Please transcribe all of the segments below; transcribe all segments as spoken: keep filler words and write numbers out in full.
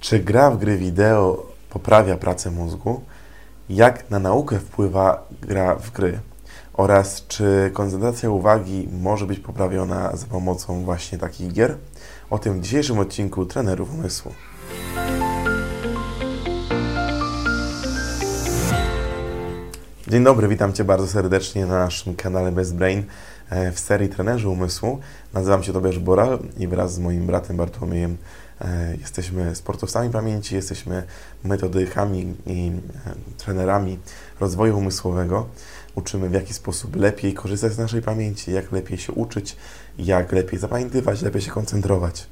Czy gra w gry wideo poprawia pracę mózgu? Jak na naukę wpływa gra w gry? Oraz czy koncentracja uwagi może być poprawiona za pomocą właśnie takich gier? O tym w dzisiejszym odcinku Trenerów Umysłu. Dzień dobry, witam Cię bardzo serdecznie na naszym kanale Best Brain w serii Trenerzy Umysłu. Nazywam się Tobiasz Boral i wraz z moim bratem Bartłomiejem jesteśmy sportowcami pamięci, jesteśmy metodykami i trenerami rozwoju umysłowego. Uczymy, w jaki sposób lepiej korzystać z naszej pamięci, jak lepiej się uczyć, jak lepiej zapamiętywać, lepiej się koncentrować.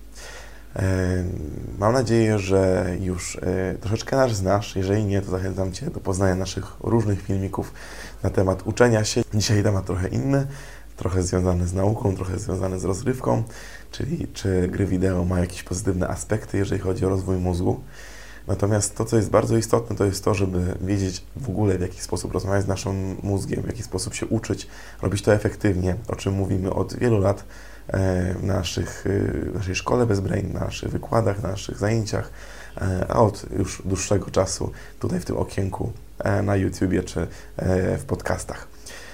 Mam nadzieję, że już troszeczkę nas znasz. Jeżeli nie, to zachęcam Cię do poznania naszych różnych filmików na temat uczenia się. Dzisiaj temat trochę inny, trochę związany z nauką, trochę związany z rozrywką, czyli czy gry wideo mają jakieś pozytywne aspekty, jeżeli chodzi o rozwój mózgu. Natomiast to, co jest bardzo istotne, to jest to, żeby wiedzieć w ogóle, w jaki sposób rozmawiać z naszym mózgiem, w jaki sposób się uczyć, robić to efektywnie, o czym mówimy od wielu lat w naszych, w naszej szkole Best Brain, na naszych wykładach, na naszych zajęciach, a od już dłuższego czasu tutaj w tym okienku na YouTubie czy w podcastach.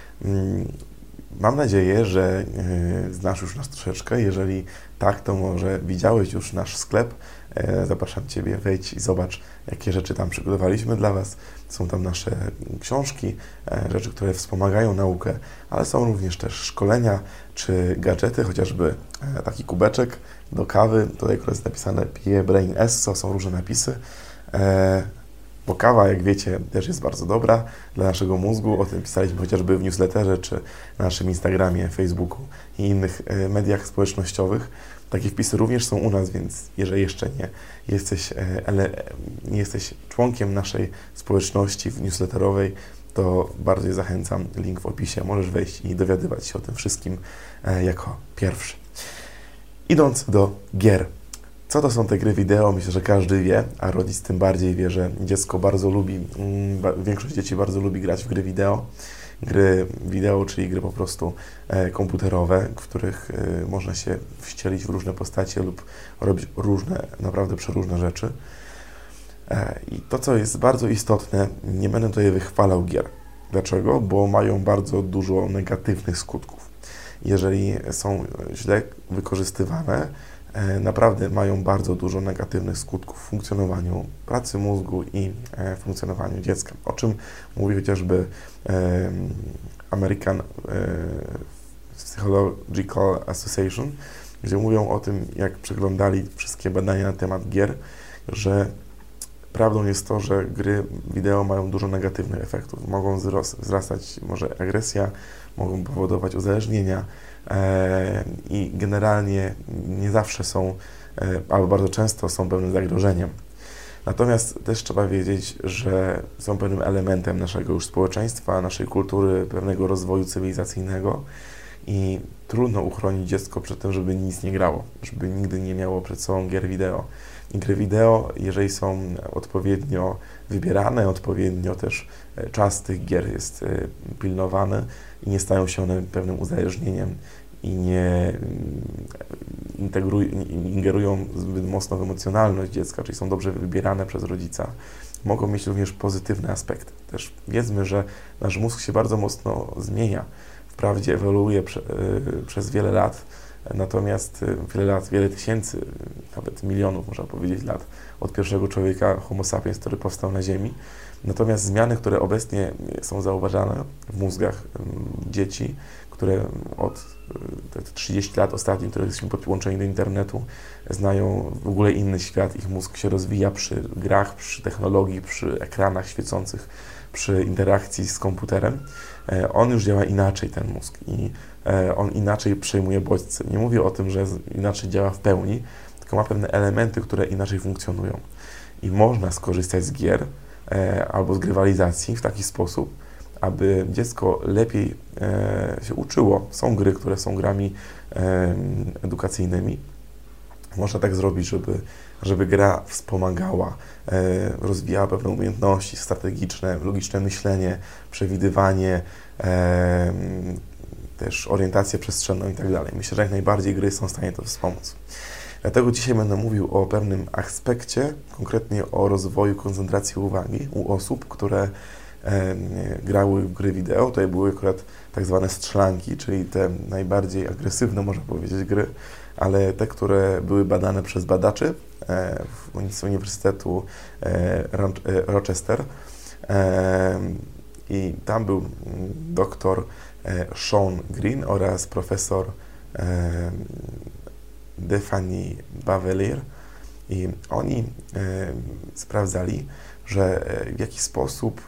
Mam nadzieję, że znasz już nas troszeczkę. Jeżeli tak, to może widziałeś już nasz sklep. Zapraszam Ciebie, wejdź i zobacz, jakie rzeczy tam przygotowaliśmy dla Was. Są tam nasze książki, rzeczy, które wspomagają naukę, ale są również też szkolenia czy gadżety, chociażby taki kubeczek do kawy. Tutaj jest napisane Pije Brain Esso, są różne napisy. Bo kawa, jak wiecie, też jest bardzo dobra dla naszego mózgu. O tym pisaliśmy chociażby w newsletterze, czy na naszym Instagramie, Facebooku i innych mediach społecznościowych. Takie wpisy również są u nas, więc jeżeli jeszcze nie jesteś, nie jesteś członkiem naszej społeczności newsletterowej, to bardzo zachęcam, link w opisie. Możesz wejść i dowiadywać się o tym wszystkim jako pierwszy. Idąc do gier. Co to są te gry wideo? Myślę, że każdy wie, a rodzic tym bardziej wie, że dziecko bardzo lubi, większość dzieci bardzo lubi grać w gry wideo. Gry wideo, czyli gry po prostu komputerowe, w których można się wcielić w różne postacie lub robić różne, naprawdę przeróżne rzeczy. I to, co jest bardzo istotne, nie będę tutaj wychwalał gier. Dlaczego? Bo mają bardzo dużo negatywnych skutków. Jeżeli są źle wykorzystywane, naprawdę mają bardzo dużo negatywnych skutków w funkcjonowaniu pracy mózgu i funkcjonowaniu dziecka. O czym mówi chociażby American Psychological Association, gdzie mówią o tym, jak przeglądali wszystkie badania na temat gier, że prawdą jest to, że gry wideo mają dużo negatywnych efektów. Mogą wzrastać może agresja, mogą powodować uzależnienia, i generalnie nie zawsze są, albo bardzo często są pewnym zagrożeniem. Natomiast też trzeba wiedzieć, że są pewnym elementem naszego już społeczeństwa, naszej kultury, pewnego rozwoju cywilizacyjnego i trudno uchronić dziecko przed tym, żeby nic nie grało, żeby nigdy nie miało przed sobą gier wideo. I gry wideo, jeżeli są odpowiednio wybierane, odpowiednio też czas tych gier jest pilnowany i nie stają się one pewnym uzależnieniem i nie integruj, ingerują zbyt mocno w emocjonalność dziecka, czyli są dobrze wybierane przez rodzica, mogą mieć również pozytywne aspekty. Też wiedzmy, że nasz mózg się bardzo mocno zmienia, wprawdzie ewoluuje prze, przez wiele lat, natomiast wiele lat, wiele tysięcy, nawet milionów, można powiedzieć, lat od pierwszego człowieka Homo sapiens, który powstał na Ziemi. Natomiast zmiany, które obecnie są zauważane w mózgach dzieci, które od trzydziestu lat ostatnich, które jesteśmy podłączeni do internetu, znają w ogóle inny świat. Ich mózg się rozwija przy grach, przy technologii, przy ekranach świecących, przy interakcji z komputerem. On już działa inaczej, ten mózg, i on inaczej przejmuje bodźce. Nie mówię o tym, że inaczej działa w pełni, tylko ma pewne elementy, które inaczej funkcjonują. I można skorzystać z gier albo z grywalizacji w taki sposób, aby dziecko lepiej się uczyło. Są gry, które są grami edukacyjnymi. Można tak zrobić, żeby, żeby gra wspomagała, rozwijała pewne umiejętności strategiczne, logiczne myślenie, przewidywanie, też orientację przestrzenną i tak dalej. Myślę, że jak najbardziej gry są w stanie to wspomóc. Dlatego dzisiaj będę mówił o pewnym aspekcie, konkretnie o rozwoju koncentracji uwagi u osób, które e, grały w gry wideo. Tutaj były akurat tak zwane strzelanki, czyli te najbardziej agresywne, można powiedzieć, gry, ale te, które były badane przez badaczy e, z Uniwersytetu e, Rochester. E, I tam był doktor e, Sean Green oraz profesor e, Stephanie Bavelier. I oni e, sprawdzali, że w jaki sposób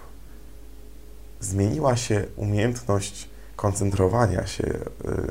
zmieniła się umiejętność koncentrowania się e,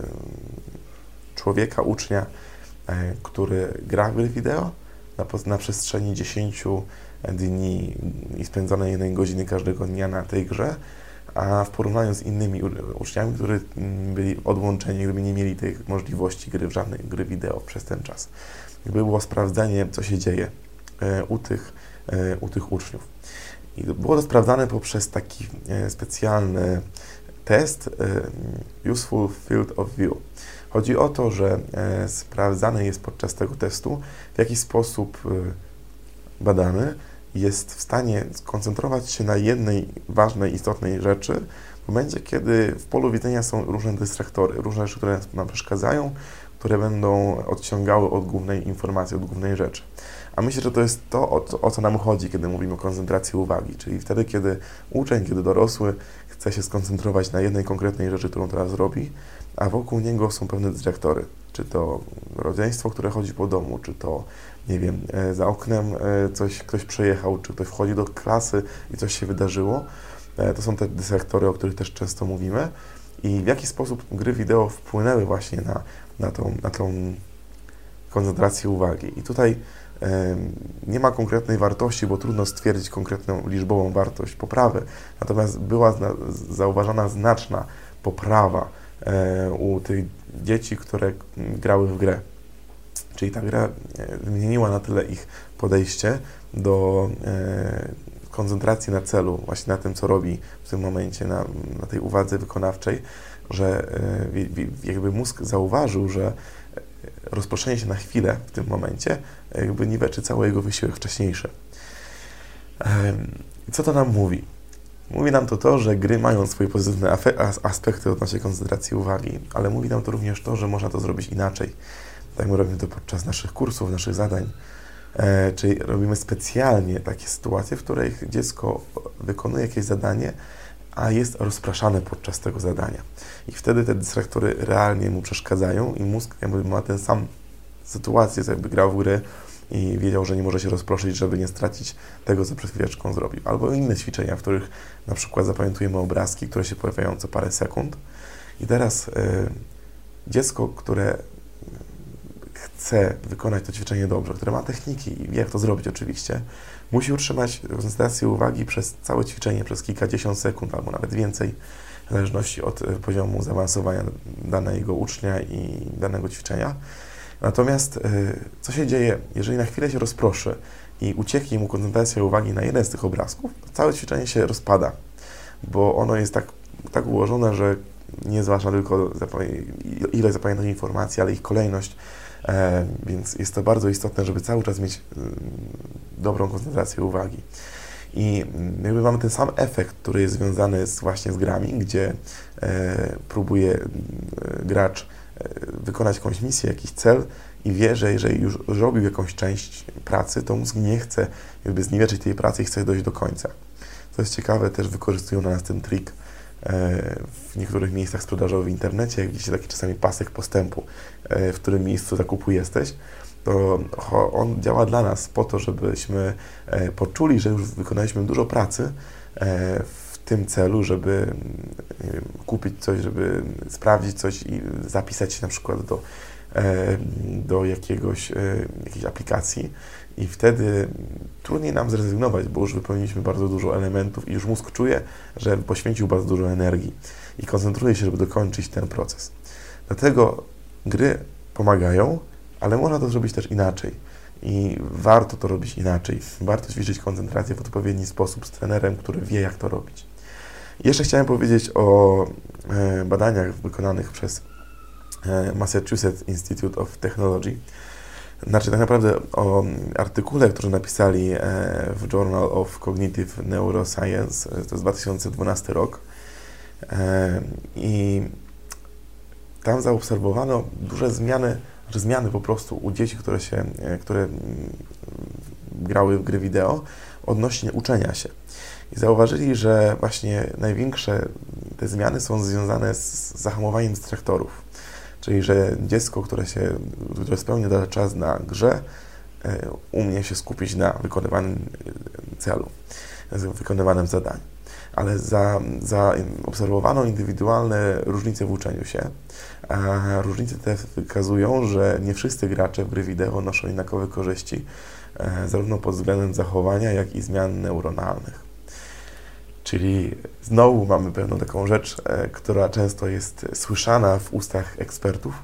człowieka, ucznia, e, który gra w gry wideo na, na przestrzeni dziesięciu dni i spędzonej jednej godziny każdego dnia na tej grze, a w porównaniu z innymi uczniami, którzy byli odłączeni, gdyby nie mieli tej możliwości gry w żadnej gry wideo przez ten czas. Jakby było sprawdzenie, co się dzieje u tych, u tych uczniów. I było to sprawdzane poprzez taki specjalny test Useful Field of View. Chodzi o to, że sprawdzane jest podczas tego testu, w jaki sposób badany jest w stanie skoncentrować się na jednej ważnej, istotnej rzeczy w momencie, kiedy w polu widzenia są różne dystraktory, różne rzeczy, które nam przeszkadzają, które będą odciągały od głównej informacji, od głównej rzeczy. A myślę, że to jest to, o co, o co nam chodzi, kiedy mówimy o koncentracji uwagi, czyli wtedy, kiedy uczeń, kiedy dorosły chce się skoncentrować na jednej konkretnej rzeczy, którą teraz robi, a wokół niego są pewne dystraktory. Czy to rodzeństwo, które chodzi po domu, czy to, nie wiem, za oknem coś, ktoś przejechał, czy ktoś wchodzi do klasy i coś się wydarzyło. To są te dystraktory, o których też często mówimy. I w jaki sposób gry wideo wpłynęły właśnie na, na, tą, na tą koncentrację uwagi. I tutaj e, nie ma konkretnej wartości, bo trudno stwierdzić konkretną liczbową wartość poprawy. Natomiast była zna, zauważana znaczna poprawa e, u tych dzieci, które grały w grę. Czyli ta gra zmieniła na tyle ich podejście do e, koncentracji na celu, właśnie na tym, co robi w tym momencie, na, na tej uwadze wykonawczej, że e, jakby mózg zauważył, że rozproszenie się na chwilę w tym momencie jakby niweczy cały jego wysiłek wcześniejszy. E, co to nam mówi? Mówi nam to to, że gry mają swoje pozytywne aspekty odnośnie koncentracji uwagi, ale mówi nam to również to, że można to zrobić inaczej. Tak my robimy to podczas naszych kursów, naszych zadań. E, czyli robimy specjalnie takie sytuacje, w których dziecko wykonuje jakieś zadanie, a jest rozpraszane podczas tego zadania. I wtedy te dystraktory realnie mu przeszkadzają i mózg jakby ma ten sam sytuację, jakby grał w gry i wiedział, że nie może się rozproszyć, żeby nie stracić tego, co przed chwileczką zrobił. Albo inne ćwiczenia, w których na przykład zapamiętujemy obrazki, które się pojawiają co parę sekund. I teraz e, dziecko, które chce wykonać to ćwiczenie dobrze, które ma techniki i wie, jak to zrobić oczywiście, musi utrzymać koncentrację uwagi przez całe ćwiczenie, przez kilkadziesiąt sekund albo nawet więcej, w zależności od poziomu zaawansowania danego ucznia i danego ćwiczenia. Natomiast co się dzieje, jeżeli na chwilę się rozproszy i ucieknie mu koncentracja uwagi na jeden z tych obrazków, to całe ćwiczenie się rozpada, bo ono jest tak, tak ułożone, że nie zważa tylko ile zapamiętał informacji, ale ich kolejność. E, więc jest to bardzo istotne, żeby cały czas mieć y, dobrą koncentrację uwagi. I jakby mamy ten sam efekt, który jest związany z, właśnie z grami, gdzie e, próbuje e, gracz e, wykonać jakąś misję, jakiś cel i wie, że jeżeli już zrobił jakąś część pracy, to mózg nie chce jakby zniweczyć tej pracy i chce dojść do końca. Co jest ciekawe, też wykorzystują na nas ten trik w niektórych miejscach sprzedażowych w internecie, gdzieś taki czasami pasek postępu, w którym miejscu zakupu jesteś, to on działa dla nas po to, żebyśmy poczuli, że już wykonaliśmy dużo pracy w tym celu, żeby kupić coś, żeby sprawdzić coś i zapisać się na przykład do, do jakiegoś, jakiejś aplikacji. I wtedy trudniej nam zrezygnować, bo już wypełniliśmy bardzo dużo elementów i już mózg czuje, że poświęcił bardzo dużo energii i koncentruje się, żeby dokończyć ten proces. Dlatego gry pomagają, ale można to zrobić też inaczej i warto to robić inaczej. Warto ćwiczyć koncentrację w odpowiedni sposób z trenerem, który wie, jak to robić. I jeszcze chciałem powiedzieć o e, badaniach wykonanych przez e, Massachusetts Institute of Technology. Znaczy tak naprawdę o artykule, który napisali w Journal of Cognitive Neuroscience, to jest dwa tysiące dwunasty rok, i tam zaobserwowano duże zmiany, znaczy zmiany po prostu u dzieci, które, się, które grały w gry wideo odnośnie uczenia się. I zauważyli, że właśnie największe te zmiany są związane z zahamowaniem dystraktorów. Czyli, że dziecko, które, się, które spełnia dany czas na grze, umie się skupić na wykonywanym celu, wykonywanym zadaniu. Ale za, zaobserwowano indywidualne różnice w uczeniu się, a różnice te wykazują, że nie wszyscy gracze w gry wideo noszą jednakowe korzyści, zarówno pod względem zachowania, jak i zmian neuronalnych. Czyli znowu mamy pewną taką rzecz, e, która często jest słyszana w ustach ekspertów.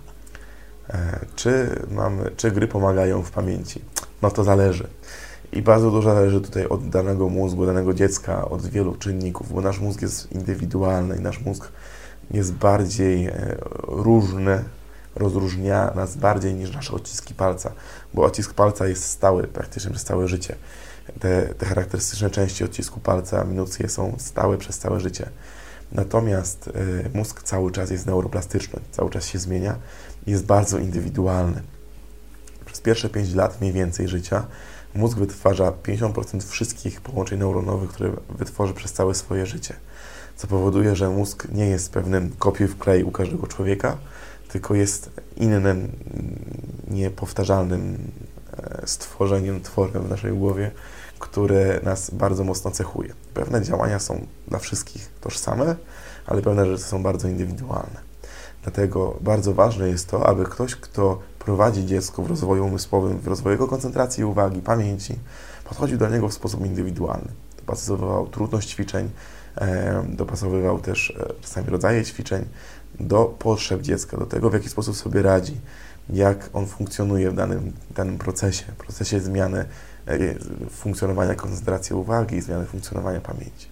E, czy, mamy, czy gry pomagają w pamięci? No to zależy. I bardzo dużo zależy tutaj od danego mózgu, danego dziecka, od wielu czynników, bo nasz mózg jest indywidualny i nasz mózg jest bardziej e, różny, rozróżnia nas bardziej niż nasze odciski palca, bo odcisk palca jest stały praktycznie przez całe życie. Te, te charakterystyczne części odcisku palca, minucje, są stałe przez całe życie. Natomiast y, mózg cały czas jest neuroplastyczny, cały czas się zmienia i jest bardzo indywidualny. Przez pierwsze pięć lat mniej więcej życia mózg wytwarza pięćdziesiąt procent wszystkich połączeń neuronowych, które wytworzy przez całe swoje życie. Co powoduje, że mózg nie jest pewnym kopiuj wklej u każdego człowieka, tylko jest innym, niepowtarzalnym stworzeniem, tworem w naszej głowie, które nas bardzo mocno cechuje. Pewne działania są dla wszystkich tożsame, ale pewne rzeczy są bardzo indywidualne. Dlatego bardzo ważne jest to, aby ktoś, kto prowadzi dziecko w rozwoju umysłowym, w rozwoju jego koncentracji, uwagi, pamięci, podchodził do niego w sposób indywidualny. Dopasowywał trudność ćwiczeń, dopasowywał też czasami rodzaje ćwiczeń do potrzeb dziecka, do tego, w jaki sposób sobie radzi, jak on funkcjonuje w danym, danym procesie, procesie zmiany funkcjonowania koncentracji uwagi i zmiany funkcjonowania pamięci.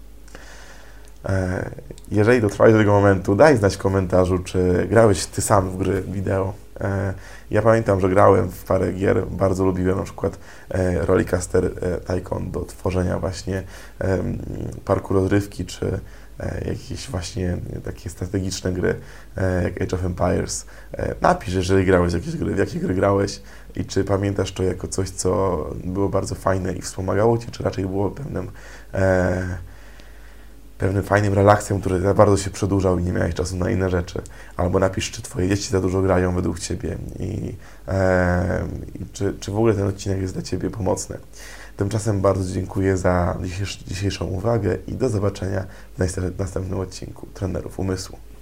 Jeżeli dotrwałeś do tego momentu, daj znać w komentarzu, czy grałeś Ty sam w gry wideo. Ja pamiętam, że grałem w parę gier, bardzo lubiłem na przykład Rollercoaster Tycoon do tworzenia właśnie parku rozrywki, czy jakieś właśnie takie strategiczne gry jak Age of Empires. Napisz, jeżeli grałeś w jakieś gry, w jakie gry grałeś i czy pamiętasz to jako coś, co było bardzo fajne i wspomagało Cię, czy raczej było pewnym, e, pewnym fajnym relaksem, który za bardzo się przedłużał i nie miałeś czasu na inne rzeczy. Albo napisz, czy Twoje dzieci za dużo grają według Ciebie i, e, i czy, czy w ogóle ten odcinek jest dla Ciebie pomocny. Tymczasem bardzo dziękuję za dzisiejszą uwagę i do zobaczenia w następnym odcinku Trenerów Umysłu.